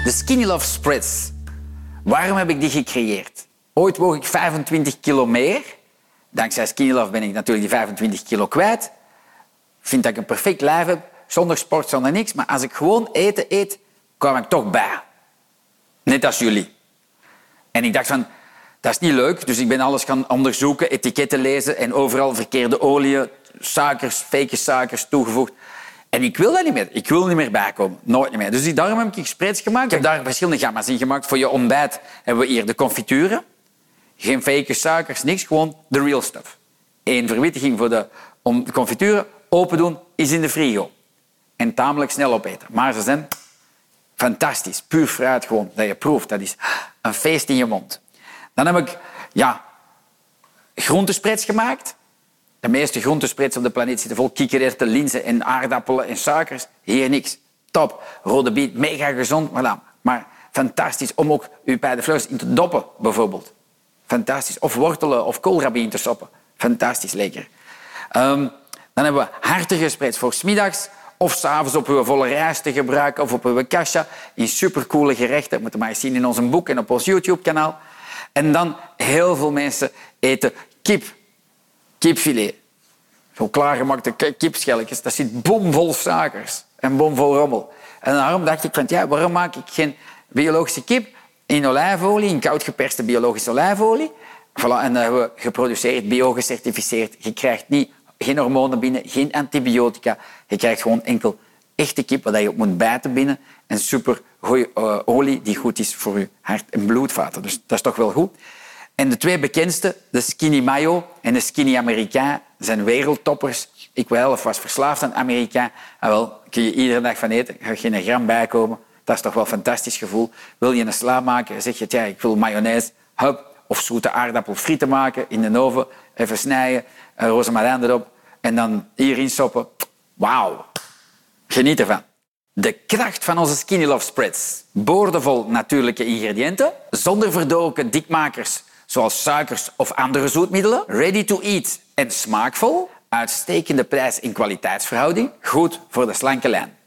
De Skinny Love Spritz. Waarom heb ik die gecreëerd? Ooit woog ik 25 kilo meer. Dankzij Skinny Love ben ik natuurlijk die 25 kilo kwijt. Ik vind dat ik een perfect lijf heb, zonder sport, zonder niks. Maar als ik gewoon eten eet, kwam ik toch bij. Net als jullie. En ik dacht van, dat is niet leuk. Dus ik ben alles gaan onderzoeken, etiketten lezen en overal verkeerde oliën, suikers, fake suikers toegevoegd. En ik wil dat niet meer. Ik wil niet meer bijkomen. Nooit niet meer. Dus daarom heb ik Spritz gemaakt. Ik heb daar verschillende gamma's in gemaakt. Voor je ontbijt hebben we hier de confituren. Geen fake suikers, niks. Gewoon de real stuff. 1 verwittiging voor de confituren. Open doen, is in de frigo. En tamelijk snel opeten. Maar ze zijn fantastisch. Puur fruit gewoon. Dat je proeft. Dat is een feest in je mond. Dan heb ik groentespritz gemaakt. De meeste groentespritz op de planeet zitten vol kikkererwten, linzen en aardappelen en suikers. Hier niks. Top. Rode biet, mega gezond. Voilà. Maar fantastisch om ook je bij de vlees in te doppen, bijvoorbeeld. Fantastisch. Of wortelen of koolrabi in te soppen. Fantastisch lekker. Dan hebben we hartige spritz voor 's middags of 's avonds op uw volle rijst te gebruiken of op uw kasha in supercoole gerechten. Dat moeten we maar eens zien in ons boek en op ons YouTube-kanaal. En dan heel veel mensen eten kipfilet. Zo klaargemaakte kipschelletjes. Dat zit bomvol suikers en bomvol rommel. En daarom dacht ik van, waarom maak ik geen biologische kip in olijfolie, in koud geperste biologische olijfolie? Voilà, en dat hebben we geproduceerd, bio-gecertificeerd. Je krijgt geen hormonen binnen, geen antibiotica. Je krijgt gewoon enkel echte kip waar je op moet bijten binnen. En super goeie olie die goed is voor je hart- en bloedvaten. Dus dat is toch wel goed. En de 2 bekendste, de Skinny Mayo en de Skinny Amerikaan, zijn wereldtoppers. Ik was verslaafd aan Amerikaan. En wel, kun je iedere dag van eten, ga je geen gram bijkomen. Dat is toch wel een fantastisch gevoel. Wil je een sla maken, zeg je, ik wil mayonaise, of zoete aardappelfrieten maken in de oven, even snijden, rozemarijn erop en dan hierin soppen. Wauw. Geniet ervan. De kracht van onze Skinny Love Spritz. Boordevol natuurlijke ingrediënten, zonder verdoken dikmakers zoals suikers of andere zoetmiddelen, ready to eat en smaakvol, uitstekende prijs- en kwaliteitsverhouding, goed voor de slanke lijn.